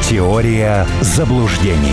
Теория заблуждений.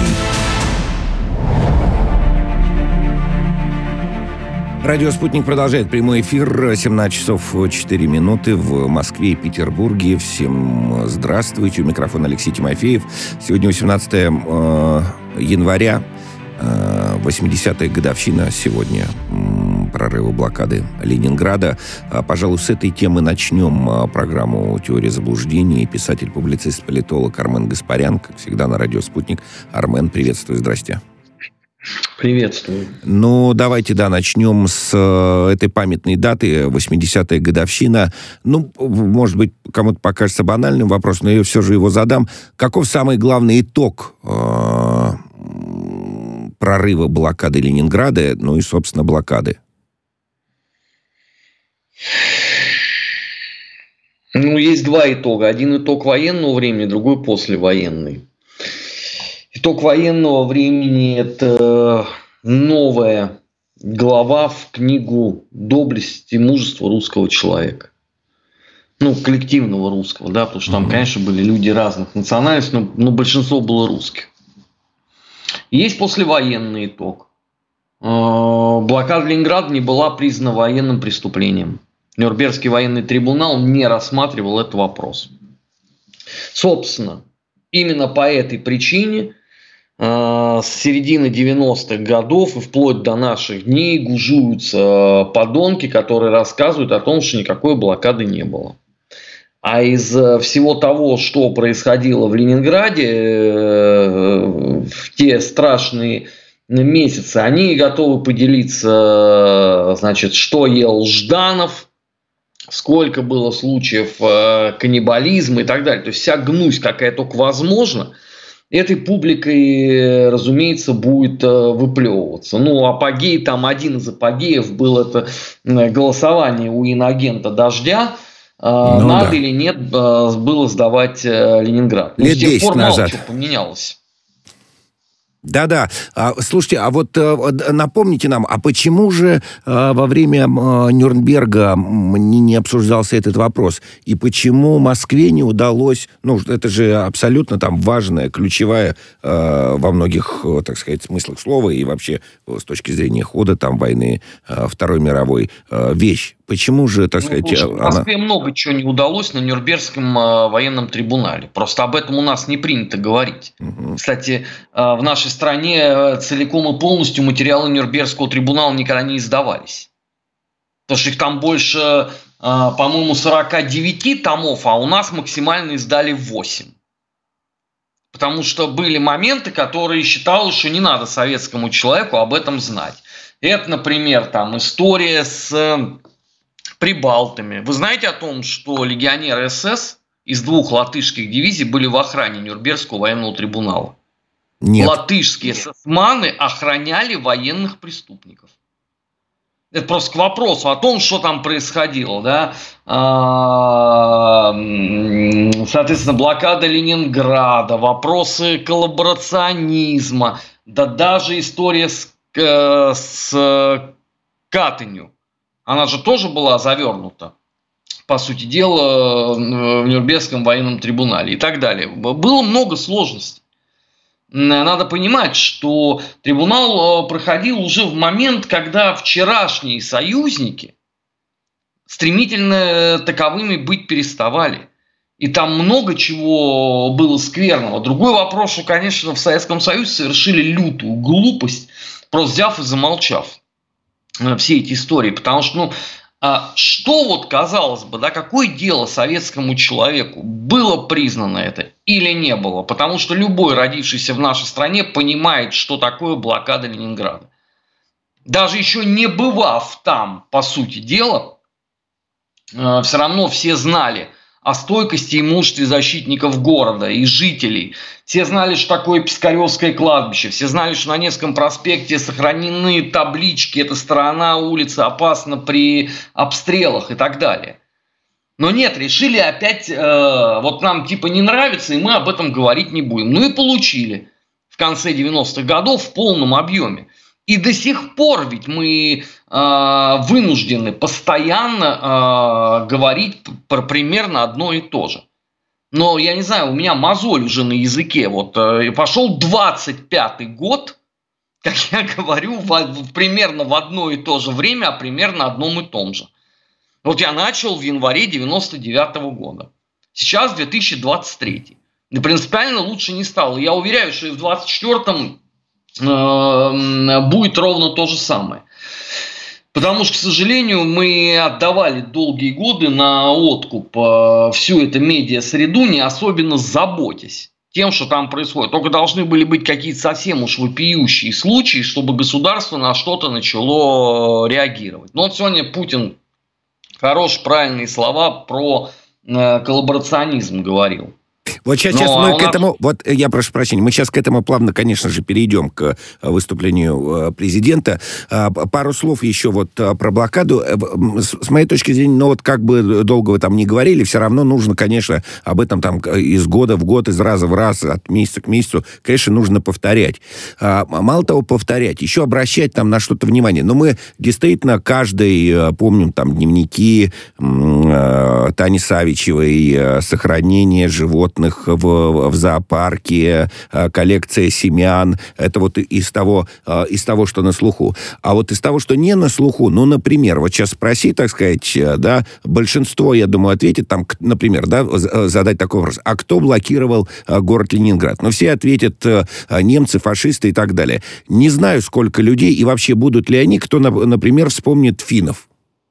Радио «Спутник» продолжает прямой эфир. 17 часов 4 минуты в Москве и Петербурге. Всем здравствуйте. У микрофона Алексей Тимофеев. Сегодня 18 января, 80-я годовщина сегодня прорыва блокады Ленинграда. Пожалуй, с этой темы начнем программу «Теория заблуждений». Писатель, публицист, политолог Армен Гаспарян, как всегда, на радио «Спутник». Армен, приветствую, здрасте. Приветствую. Ну, давайте, начнем с этой памятной даты, 80-я годовщина. Ну, может быть, кому-то покажется банальным вопрос, но я все же его задам. Каков самый главный итог прорыва блокады Ленинграда, ну и, собственно, блокады? Ну, есть два итога. Один итог военного времени, другой послевоенный. Итог военного времени – это новая глава в книгу «Доблесть и мужество русского человека». Ну, коллективного русского, да, потому что там, конечно, были люди разных национальностей, но большинство было русских. И есть послевоенный итог. Блокада Ленинграда не была признана военным преступлением. Нюрнбергский военный трибунал не рассматривал этот вопрос. Собственно, именно по этой причине с середины 90-х годов и вплоть до наших дней гужуются подонки, которые рассказывают о том, что никакой блокады не было. А из всего того, что происходило в Ленинграде в те страшные месяцы, они готовы поделиться, значит, что ел Жданов, сколько было случаев каннибализма и так далее. То есть вся гнусь, какая только возможна, этой публикой, разумеется, будет выплевываться. Ну, апогей, там один из апогеев был это голосование у иноагента «Дождя». Надо или нет было сдавать Ленинград. Лет 10 назад. Что поменялось. Да-да. Слушайте, а вот напомните нам, а почему же во время Нюрнберга не обсуждался этот вопрос? И почему Москве не удалось... Ну, это же абсолютно там важная, ключевая во многих, так сказать, смыслах слова и вообще с точки зрения хода там войны Второй мировой вещь. Почему же, так сказать... В Москве много чего не удалось на Нюрнбергском военном трибунале. Просто об этом у нас не принято говорить. Кстати, в нашей стране целиком и полностью материалы Нюрнбергского трибунала никогда не издавались. Потому что их там больше, по-моему, 49 томов, а у нас максимально издали 8. Потому что были моменты, которые считалось, что не надо советскому человеку об этом знать. Это, например, там история с прибалтами. Вы знаете о том, что легионеры СС из 2 латышских дивизий были в охране Нюрнбергского военного трибунала? Нет. Латышские эсэсманы охраняли военных преступников. Это просто к вопросу о том, что там происходило. Да? Соответственно, блокада Ленинграда, вопросы коллаборационизма, да даже история с Катынью. Она же тоже была завернута, по сути дела, в Нюрнбергском военном трибунале и так далее. Было много сложностей. Надо понимать, что трибунал проходил уже в момент, когда вчерашние союзники стремительно таковыми быть переставали. И там много чего было скверного. Другой вопрос, что, конечно, в Советском Союзе совершили лютую глупость, просто взяв и замолчав все эти истории. Потому что, что вот, казалось бы, да, какое дело советскому человеку, было признано это или не было? Потому что любой, родившийся в нашей стране, понимает, что такое блокада Ленинграда. Даже еще не бывав там, по сути дела, все равно все знали о стойкости и мужестве защитников города и жителей. Все знали, что такое Пискаревское кладбище. Все знали, что на Невском проспекте сохранены таблички. Эта сторона улицы опасна при обстрелах и так далее. Но нет, решили опять, вот нам типа не нравится, и мы об этом говорить не будем. Ну и получили в конце 90-х годов в полном объеме. И до сих пор ведь мы вынуждены постоянно говорить про примерно одно и то же. Но я не знаю, у меня мозоль уже на языке. Вот пошел 25-й год, как я говорю, примерно в одно и то же время, а примерно одном и том же. Вот я начал в январе 99-го года. Сейчас 2023. И принципиально лучше не стало. Я уверяю, что и в 24-м будет ровно то же самое. Потому что, к сожалению, мы отдавали долгие годы на откуп всю эту медиа-среду, не особенно заботясь тем, что там происходит. Только должны были быть какие-то совсем уж вопиющие случаи, чтобы государство на что-то начало реагировать. Но вот сегодня Путин хорошие, правильные слова про коллаборационизм говорил. Вот сейчас мы к этому, вот я прошу прощения, мы сейчас к этому плавно, конечно же, перейдем к выступлению президента. Пару слов еще вот про блокаду. С моей точки зрения, ну вот как бы долго вы там ни говорили, все равно нужно, конечно, об этом там из года в год, из раза в раз, от месяца к месяцу, конечно, нужно повторять. Мало того, повторять, еще обращать там на что-то внимание. Но мы действительно каждый, помним там дневники Тани Савичевой, сохранение животных в зоопарке, коллекция семян. Это вот из того, что на слуху. А вот из того, что не на слуху, ну, например, вот сейчас спроси, так сказать, да, большинство, я думаю, ответит, там, например, да, задать такой вопрос. А кто блокировал город Ленинград? Ну, все ответят немцы, фашисты и так далее. Не знаю, сколько людей и вообще будут ли они, кто, например, вспомнит финнов.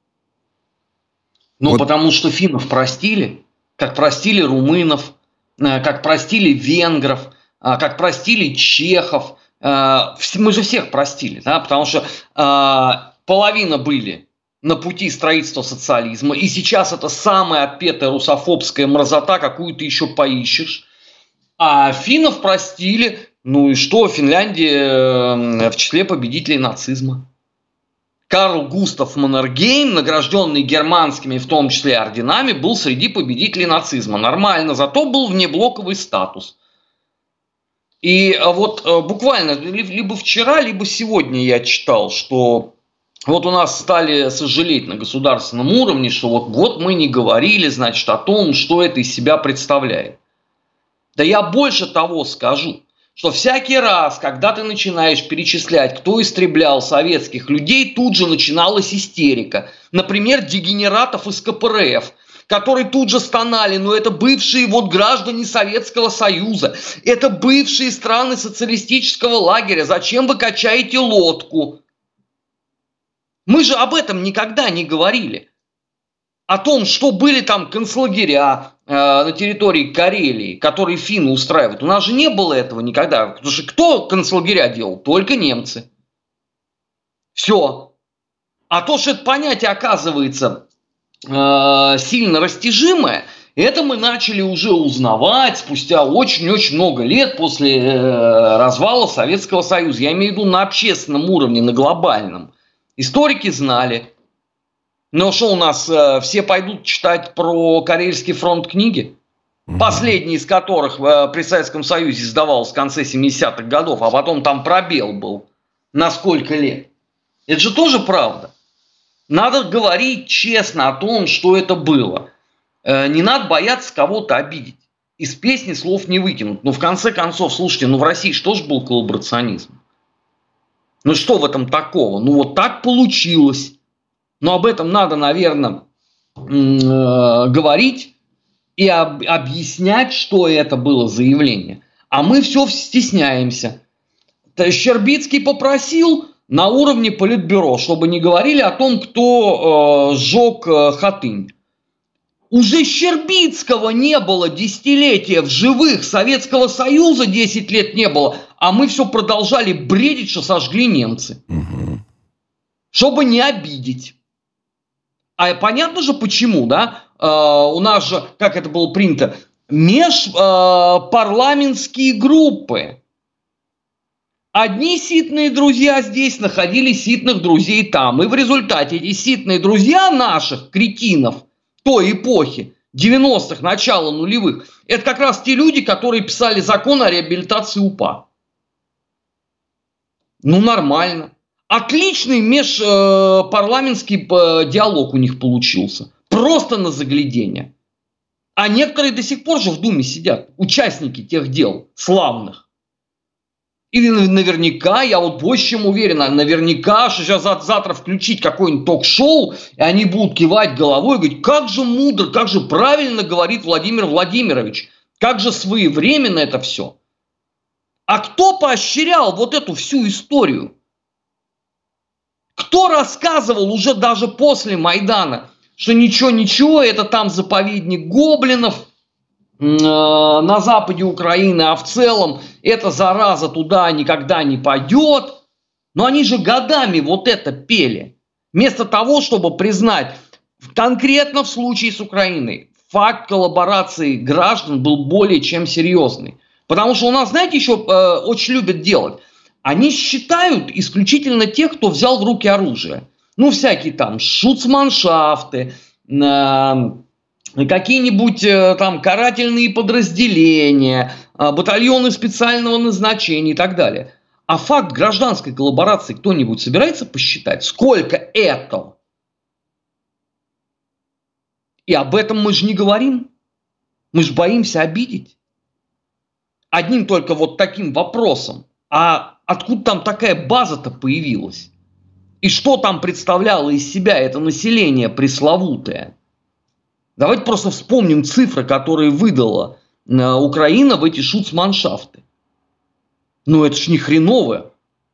Ну, вот. Потому что финнов простили, как простили румынов, как простили венгров, как простили чехов. Мы же всех простили, да, потому что половина были на пути строительства социализма, и сейчас это самая отпетая русофобская мразота, какую ты еще поищешь. А финнов простили, ну и что, Финляндия в числе победителей нацизма. Карл Густав Маннергейм, награжденный германскими, в том числе орденами, был среди победителей нацизма. Нормально, зато был внеблоковый статус. И вот буквально либо вчера, либо сегодня я читал, что вот у нас стали сожалеть на государственном уровне, что вот мы не говорили, значит, о том, что это из себя представляет. Да я больше того скажу, что всякий раз, когда ты начинаешь перечислять, кто истреблял советских людей, тут же начиналась истерика. Например, дегенератов из КПРФ, которые тут же стонали, но это бывшие вот граждане Советского Союза, это бывшие страны социалистического лагеря, зачем вы качаете лодку? Мы же об этом никогда не говорили. О том, что были там концлагеря на территории Карелии, которые финны устраивают. У нас же не было этого никогда. Потому что кто концлагеря делал? Только немцы. Все. А то, что это понятие оказывается сильно растяжимое, это мы начали уже узнавать спустя очень-очень много лет после развала Советского Союза. Я имею в виду на общественном уровне, на глобальном. Историки знали. Но что у нас, все пойдут читать про Карельский фронт книги? Последний из которых при Советском Союзе издавался в конце 70-х годов, а потом там пробел был. На сколько лет? Это же тоже правда. Надо говорить честно о том, что это было. Не надо бояться кого-то обидеть. Из песни слов не выкинут. Но в конце концов, слушайте, в России что же был коллаборационизм? Ну что в этом такого? Ну вот так получилось. Но об этом надо, наверное, говорить и объяснять, что это было за явление. А мы все стесняемся. Щербицкий попросил на уровне политбюро, чтобы не говорили о том, кто сжег Хатынь. Уже Щербицкого не было десятилетия в живых, Советского Союза 10 лет не было, а мы все продолжали бредить, что сожгли немцы. Чтобы не обидеть. А понятно же почему, да? У нас же, как это было принято, межпарламентские группы. Одни ситные друзья здесь находили ситных друзей там. И в результате эти ситные друзья наших, кретинов, той эпохи, 90-х, начала нулевых, это как раз те люди, которые писали закон о реабилитации УПА. Ну, нормально. Отличный межпарламентский диалог у них получился. Просто на заглядение. А некоторые до сих пор же в Думе сидят, участники тех дел славных. И наверняка, я вот больше чем уверен, наверняка, что сейчас завтра включить какое-нибудь ток-шоу, и они будут кивать головой и говорить, как же мудро, как же правильно говорит Владимир Владимирович, как же своевременно это все. А кто поощрял вот эту всю историю? Кто рассказывал уже даже после Майдана, что ничего, это там заповедник гоблинов на западе Украины, а в целом эта зараза туда никогда не пойдет. Но они же годами вот это пели. Вместо того, чтобы признать, конкретно в случае с Украиной, факт коллаборации граждан был более чем серьезный. Потому что у нас, знаете, еще очень любят делать. Они считают исключительно тех, кто взял в руки оружие. Ну, всякие там шуцманшафты, какие-нибудь там карательные подразделения, батальоны специального назначения и так далее. А факт гражданской коллаборации кто-нибудь собирается посчитать? Сколько это? И об этом мы же не говорим. Мы же боимся обидеть. Одним только вот таким вопросом. А откуда там такая база-то появилась? И что там представляло из себя это население пресловутое? Давайте просто вспомним цифры, которые выдала Украина в эти шуцманшафты. Ну это ж не хреновое.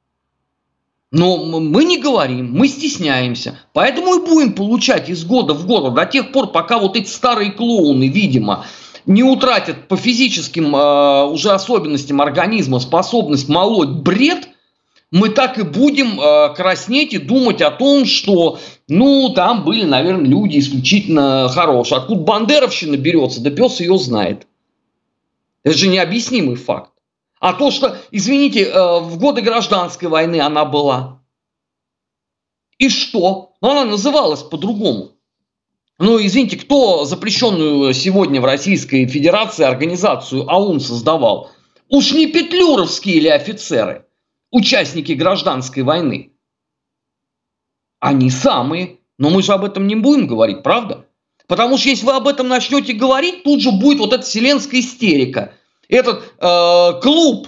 Но мы не говорим, мы стесняемся. Поэтому и будем получать из года в год, до тех пор, пока вот эти старые клоуны, видимо, не утратят по физическим уже особенностям организма способность молоть бред, мы так и будем краснеть и думать о том, что, ну, там были, наверное, люди исключительно хорошие. Откуда бандеровщина берется, да пес ее знает. Это же необъяснимый факт. А то, что, извините, в годы гражданской войны она была. И что? Ну, она называлась по-другому. Ну, извините, кто запрещенную сегодня в Российской Федерации организацию АУН создавал? Уж не петлюровские или офицеры? Участники гражданской войны. Они самые. Но мы же об этом не будем говорить, правда? Потому что если вы об этом начнете говорить, тут же будет вот эта вселенская истерика. Этот клуб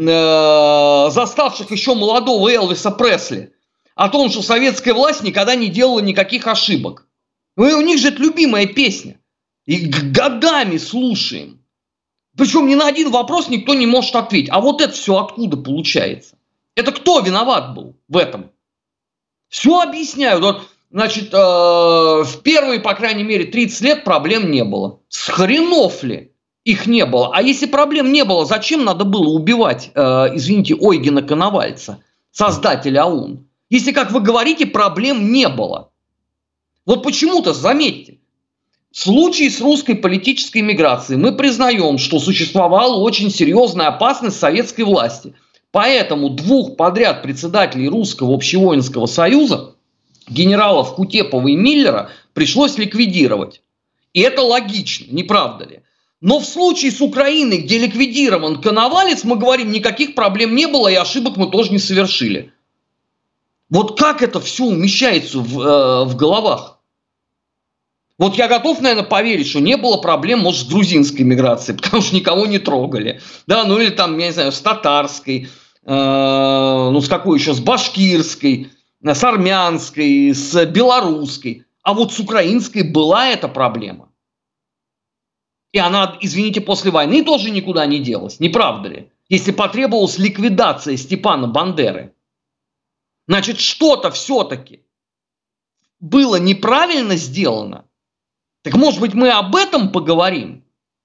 заставших еще молодого Элвиса Пресли о том, что советская власть никогда не делала никаких ошибок. И у них же это любимая песня. И годами слушаем. Причем ни на один вопрос никто не может ответить. А вот это все откуда получается? Это кто виноват был в этом? Все объясняют. Вот, значит, в первые, по крайней мере, 30 лет проблем не было. С хренов ли их не было? А если проблем не было, зачем надо было убивать, извините, Ойгена Коновальца, создателя АУН? Если, как вы говорите, проблем не было. Вот почему-то, заметьте, в случае с русской политической миграцией мы признаем, что существовала очень серьезная опасность советской власти. Поэтому двух подряд председателей Русского общевоинского союза, генералов Кутепова и Миллера, пришлось ликвидировать. И это логично, не правда ли? Но в случае с Украиной, где ликвидирован Коновалец, мы говорим, никаких проблем не было и ошибок мы тоже не совершили. Вот как это все умещается в головах? Вот я готов, наверное, поверить, что не было проблем, может, с грузинской миграцией, потому что никого не трогали. Да, ну или там, я не знаю, с татарской, ну с какой еще, с башкирской, с армянской, с белорусской. А вот с украинской была эта проблема. И она, извините, после войны тоже никуда не делась, не правда ли? Если потребовалась ликвидация Степана Бандеры. Значит, что-то все-таки было неправильно сделано. Так может быть мы об этом поговорим?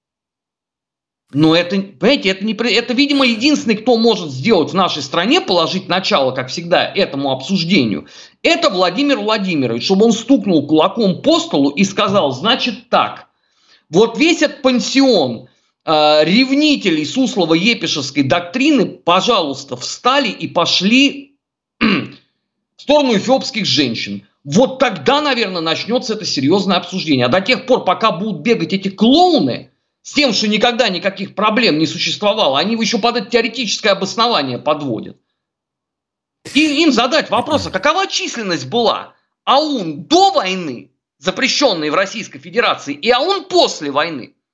Но это, понимаете, это, видимо, единственный, кто может сделать в нашей стране, положить начало, как всегда, этому обсуждению, это Владимир Владимирович, чтобы он стукнул кулаком по столу и сказал, значит так, вот весь этот пансион ревнителей Суслово-Епишевской доктрины, пожалуйста, встали и пошли в сторону эфиопских женщин. Вот тогда, наверное, начнется это серьезное обсуждение. А до тех пор, пока будут бегать эти клоуны с тем, что никогда никаких проблем не существовало, они еще под это теоретическое обоснование подводят. И им задать вопрос, а какова численность была АУН до войны, запрещенной в Российской Федерации, и АУН после войны?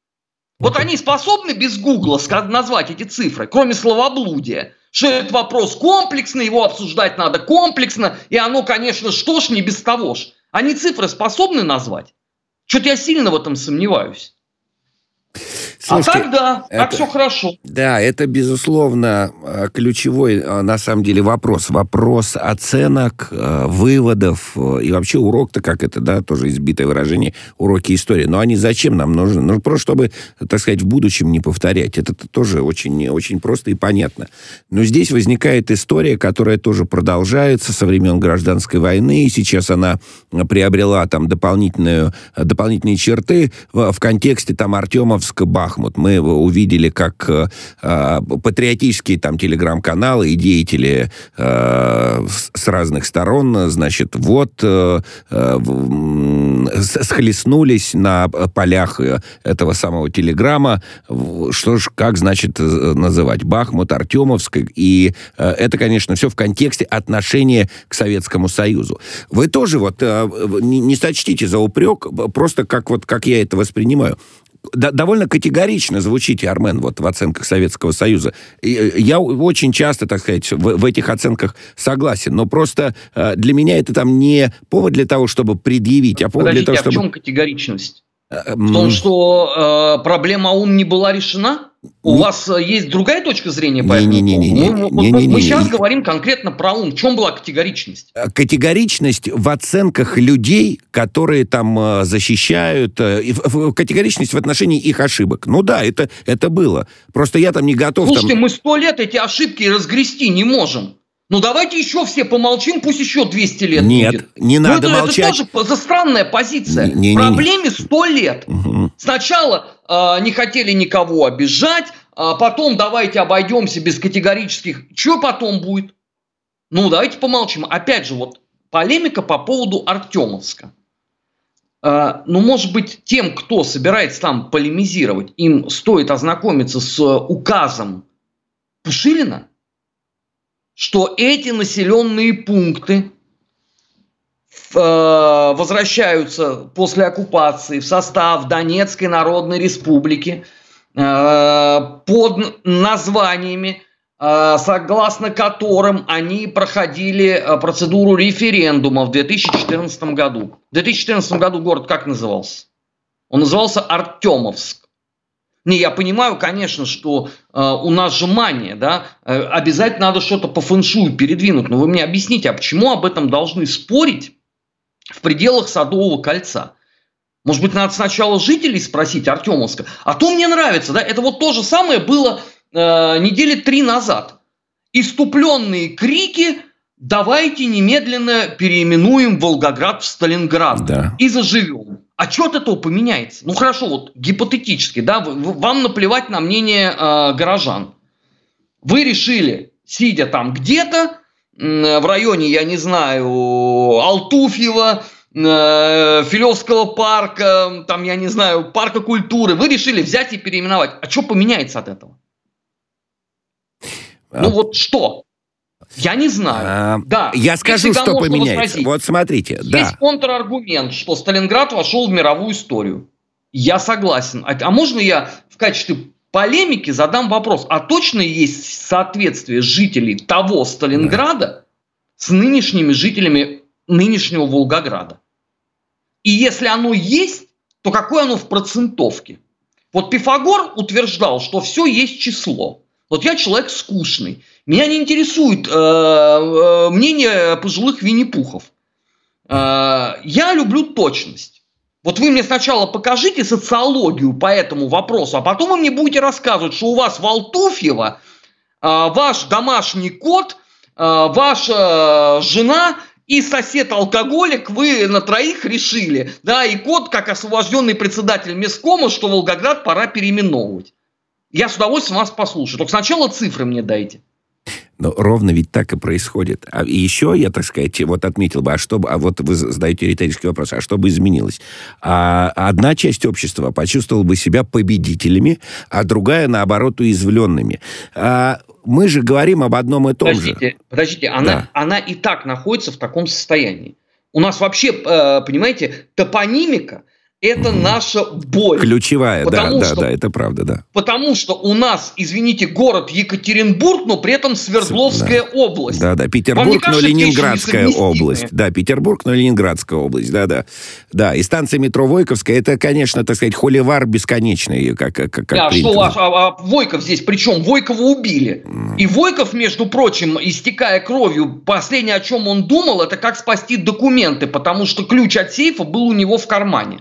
Вот они способны без Гугла назвать эти цифры, кроме словоблудия? Что этот вопрос комплексный, его обсуждать надо комплексно, и оно, конечно, что ж, не без того ж. Они цифры способны назвать? Что-то я сильно в этом сомневаюсь. Слушайте, а так да, так все хорошо. Да, это, безусловно, ключевой, на самом деле, вопрос. Вопрос оценок, выводов и вообще урок-то, как это, да, тоже избитое выражение, уроки истории. Но они зачем нам нужны? Ну, просто чтобы, так сказать, в будущем не повторять. Это тоже очень, очень просто и понятно. Но здесь возникает история, которая тоже продолжается со времен Гражданской войны, и сейчас она приобрела там дополнительные черты в контексте там Артемовск-Бахмут. Мы увидели, как патриотические там телеграм-каналы и деятели с разных сторон, значит, схлестнулись на полях этого самого телеграма. Что ж, как, значит, называть? Бахмут, Артемовск. И это, конечно, все в контексте отношения к Советскому Союзу. Вы тоже не сочтите за упрек, просто как я это воспринимаю. Довольно категорично звучите, Армен, в оценках Советского Союза. Я очень часто, так сказать, в этих оценках согласен, но просто для меня это там не повод для того, чтобы предъявить, а повод для того, чтобы... в чем категоричность? В том, что проблема ОУН не была решена? У вас есть другая точка зрения по этому поводу? Мы сейчас говорим конкретно про ОУН. В чем была категоричность? Категоричность в оценках людей, которые там защищают, категоричность в отношении их ошибок. Ну да, это было. Просто я там не готов... Слушайте, мы 100 лет эти ошибки разгрести не можем. Ну, давайте еще все помолчим, пусть еще 200 лет Нет, будет. не надо молчать. Это тоже странная позиция. Проблеме 100 лет. Угу. Сначала не хотели никого обижать, потом давайте обойдемся без категорических. Что потом будет? Ну, давайте помолчим. Опять же, полемика по поводу Артемовска. Может быть, тем, кто собирается там полемизировать, им стоит ознакомиться с указом Пушилина, что эти населенные пункты возвращаются после оккупации в состав Донецкой Народной Республики под названиями, согласно которым они проходили процедуру референдума в 2014 году. В 2014 году город как назывался? Он назывался Артемовск. Не, я понимаю, конечно, что у нас же мания, да, обязательно надо что-то по фэншую передвинуть, но вы мне объясните, а почему об этом должны спорить в пределах Садового кольца? Может быть, надо сначала жителей спросить Артемовска? А то мне нравится, да, это то же самое было недели 3 назад. Иступленные крики: давайте немедленно переименуем Волгоград в Сталинград, да, и заживем. А что от этого поменяется? Ну хорошо, гипотетически, да, вам наплевать на мнение горожан. Вы решили, сидя там где-то, в районе, я не знаю, Алтуфьева, Филевского парка, там, я не знаю, парка культуры, вы решили взять и переименовать. А что поменяется от этого? Что? Я не знаю. Да. Я скажу, что поменяется. Вот смотрите. Есть контраргумент, что Сталинград вошел в мировую историю. Я согласен. А можно я в качестве полемики задам вопрос? А точно есть соответствие жителей того Сталинграда с нынешними жителями нынешнего Волгограда? И если оно есть, то какое оно в процентовке? Пифагор утверждал, что все есть число. Я человек скучный. Меня не интересует мнение пожилых Винни-Пухов. Я люблю точность. Вы мне сначала покажите социологию по этому вопросу, а потом вы мне будете рассказывать, что у вас в Алтуфьево ваш домашний кот, ваша жена и сосед-алкоголик, вы на троих решили. Да, и кот, как освобожденный председатель месткома, что Волгоград пора переименовывать. Я с удовольствием вас послушаю. Только сначала цифры мне дайте. Но ровно ведь так и происходит. И еще я, так сказать, отметил бы, вы задаете риторический вопрос, а что бы изменилось? Одна часть общества почувствовала бы себя победителями, а другая, наоборот, уязвленными. Мы же говорим об одном и том же. Подождите, она и так находится в таком состоянии. У нас вообще, понимаете, топонимика Это наша боль. Ключевая, да, это правда, да. Потому что у нас, извините, город Екатеринбург, но при этом Свердловская область. Да, Петербург, но Ленинградская область. Да, Петербург, но Ленинградская область, да. Да, и станция метро Войковская, это, конечно, так сказать, холивар бесконечный, как что, Войков здесь при чем? Войкова убили. И Войков, между прочим, истекая кровью, последнее, о чем он думал, это как спасти документы, потому что ключ от сейфа был у него в кармане.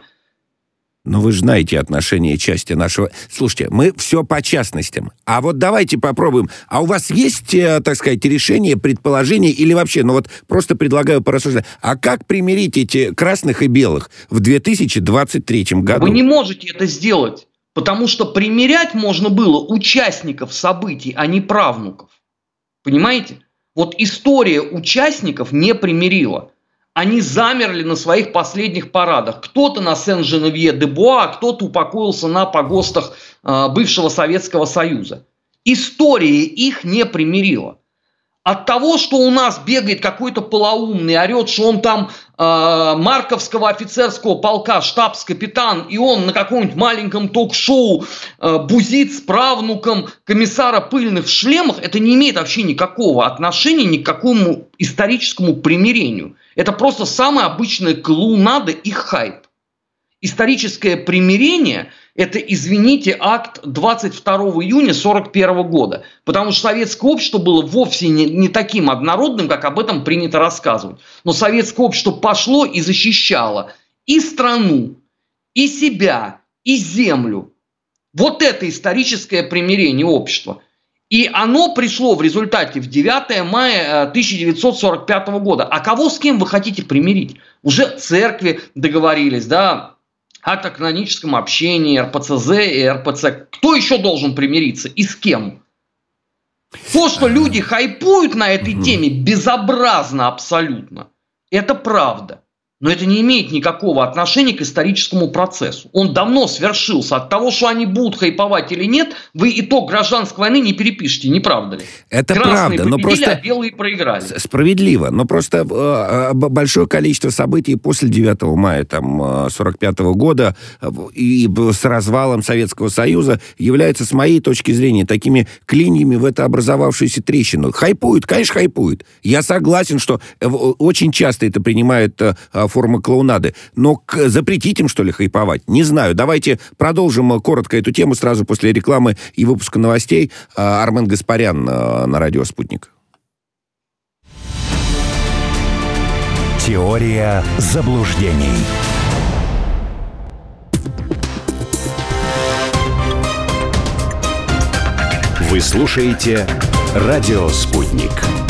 Но вы же знаете отношение части нашего... Слушайте, мы все по частностям. А вот давайте попробуем. А у вас есть, так сказать, решение, предположение или вообще, просто предлагаю порассуждать. А как примирить эти красных и белых в 2023 году? Вы не можете это сделать, потому что примирять можно было участников событий, а не правнуков. Понимаете? Вот история участников не примирила. Они замерли на своих последних парадах. Кто-то на Сен-Женевье-де-Буа, кто-то упокоился на погостах бывшего Советского Союза. История их не примирила. От того, что у нас бегает какой-то полоумный, орет, что он там Марковского офицерского полка штабс-капитан, и он на каком-нибудь маленьком ток-шоу бузит с правнуком комиссара Пыльных в шлемах, это не имеет вообще никакого отношения ни к какому историческому примирению. Это просто самая обычная клоунада и хайп. Историческое примирение – это, извините, акт 22 июня 1941 года. Потому что советское общество было вовсе не таким однородным, как об этом принято рассказывать. Но советское общество пошло и защищало и страну, и себя, и землю. Вот это историческое примирение общества. И оно пришло в результате в 9 мая 1945 года. А кого с кем вы хотите примирить? Уже церкви договорились, да, о каноническом общении, РПЦЗ и РПЦ. Кто еще должен примириться и с кем? То, что люди хайпуют на этой теме, безобразно абсолютно. Это правда. Но это не имеет никакого отношения к историческому процессу. Он давно свершился. От того, что они будут хайповать или нет, вы итог гражданской войны не перепишете, не правда ли? Это красные правда, но просто... а белые проиграли. Справедливо, но просто большое количество событий после 9 мая 1945 года и с развалом Советского Союза являются, с моей точки зрения, такими клиньями в это образовавшуюся трещину. Хайпуют, конечно, хайпуют. Я согласен, что очень часто это принимают форма клоунады. Но запретить им, что ли, хайповать? Не знаю. Давайте продолжим коротко эту тему сразу после рекламы и выпуска новостей. Армен Гаспарян на радио «Спутник». Теория заблуждений. Вы слушаете радио «Спутник».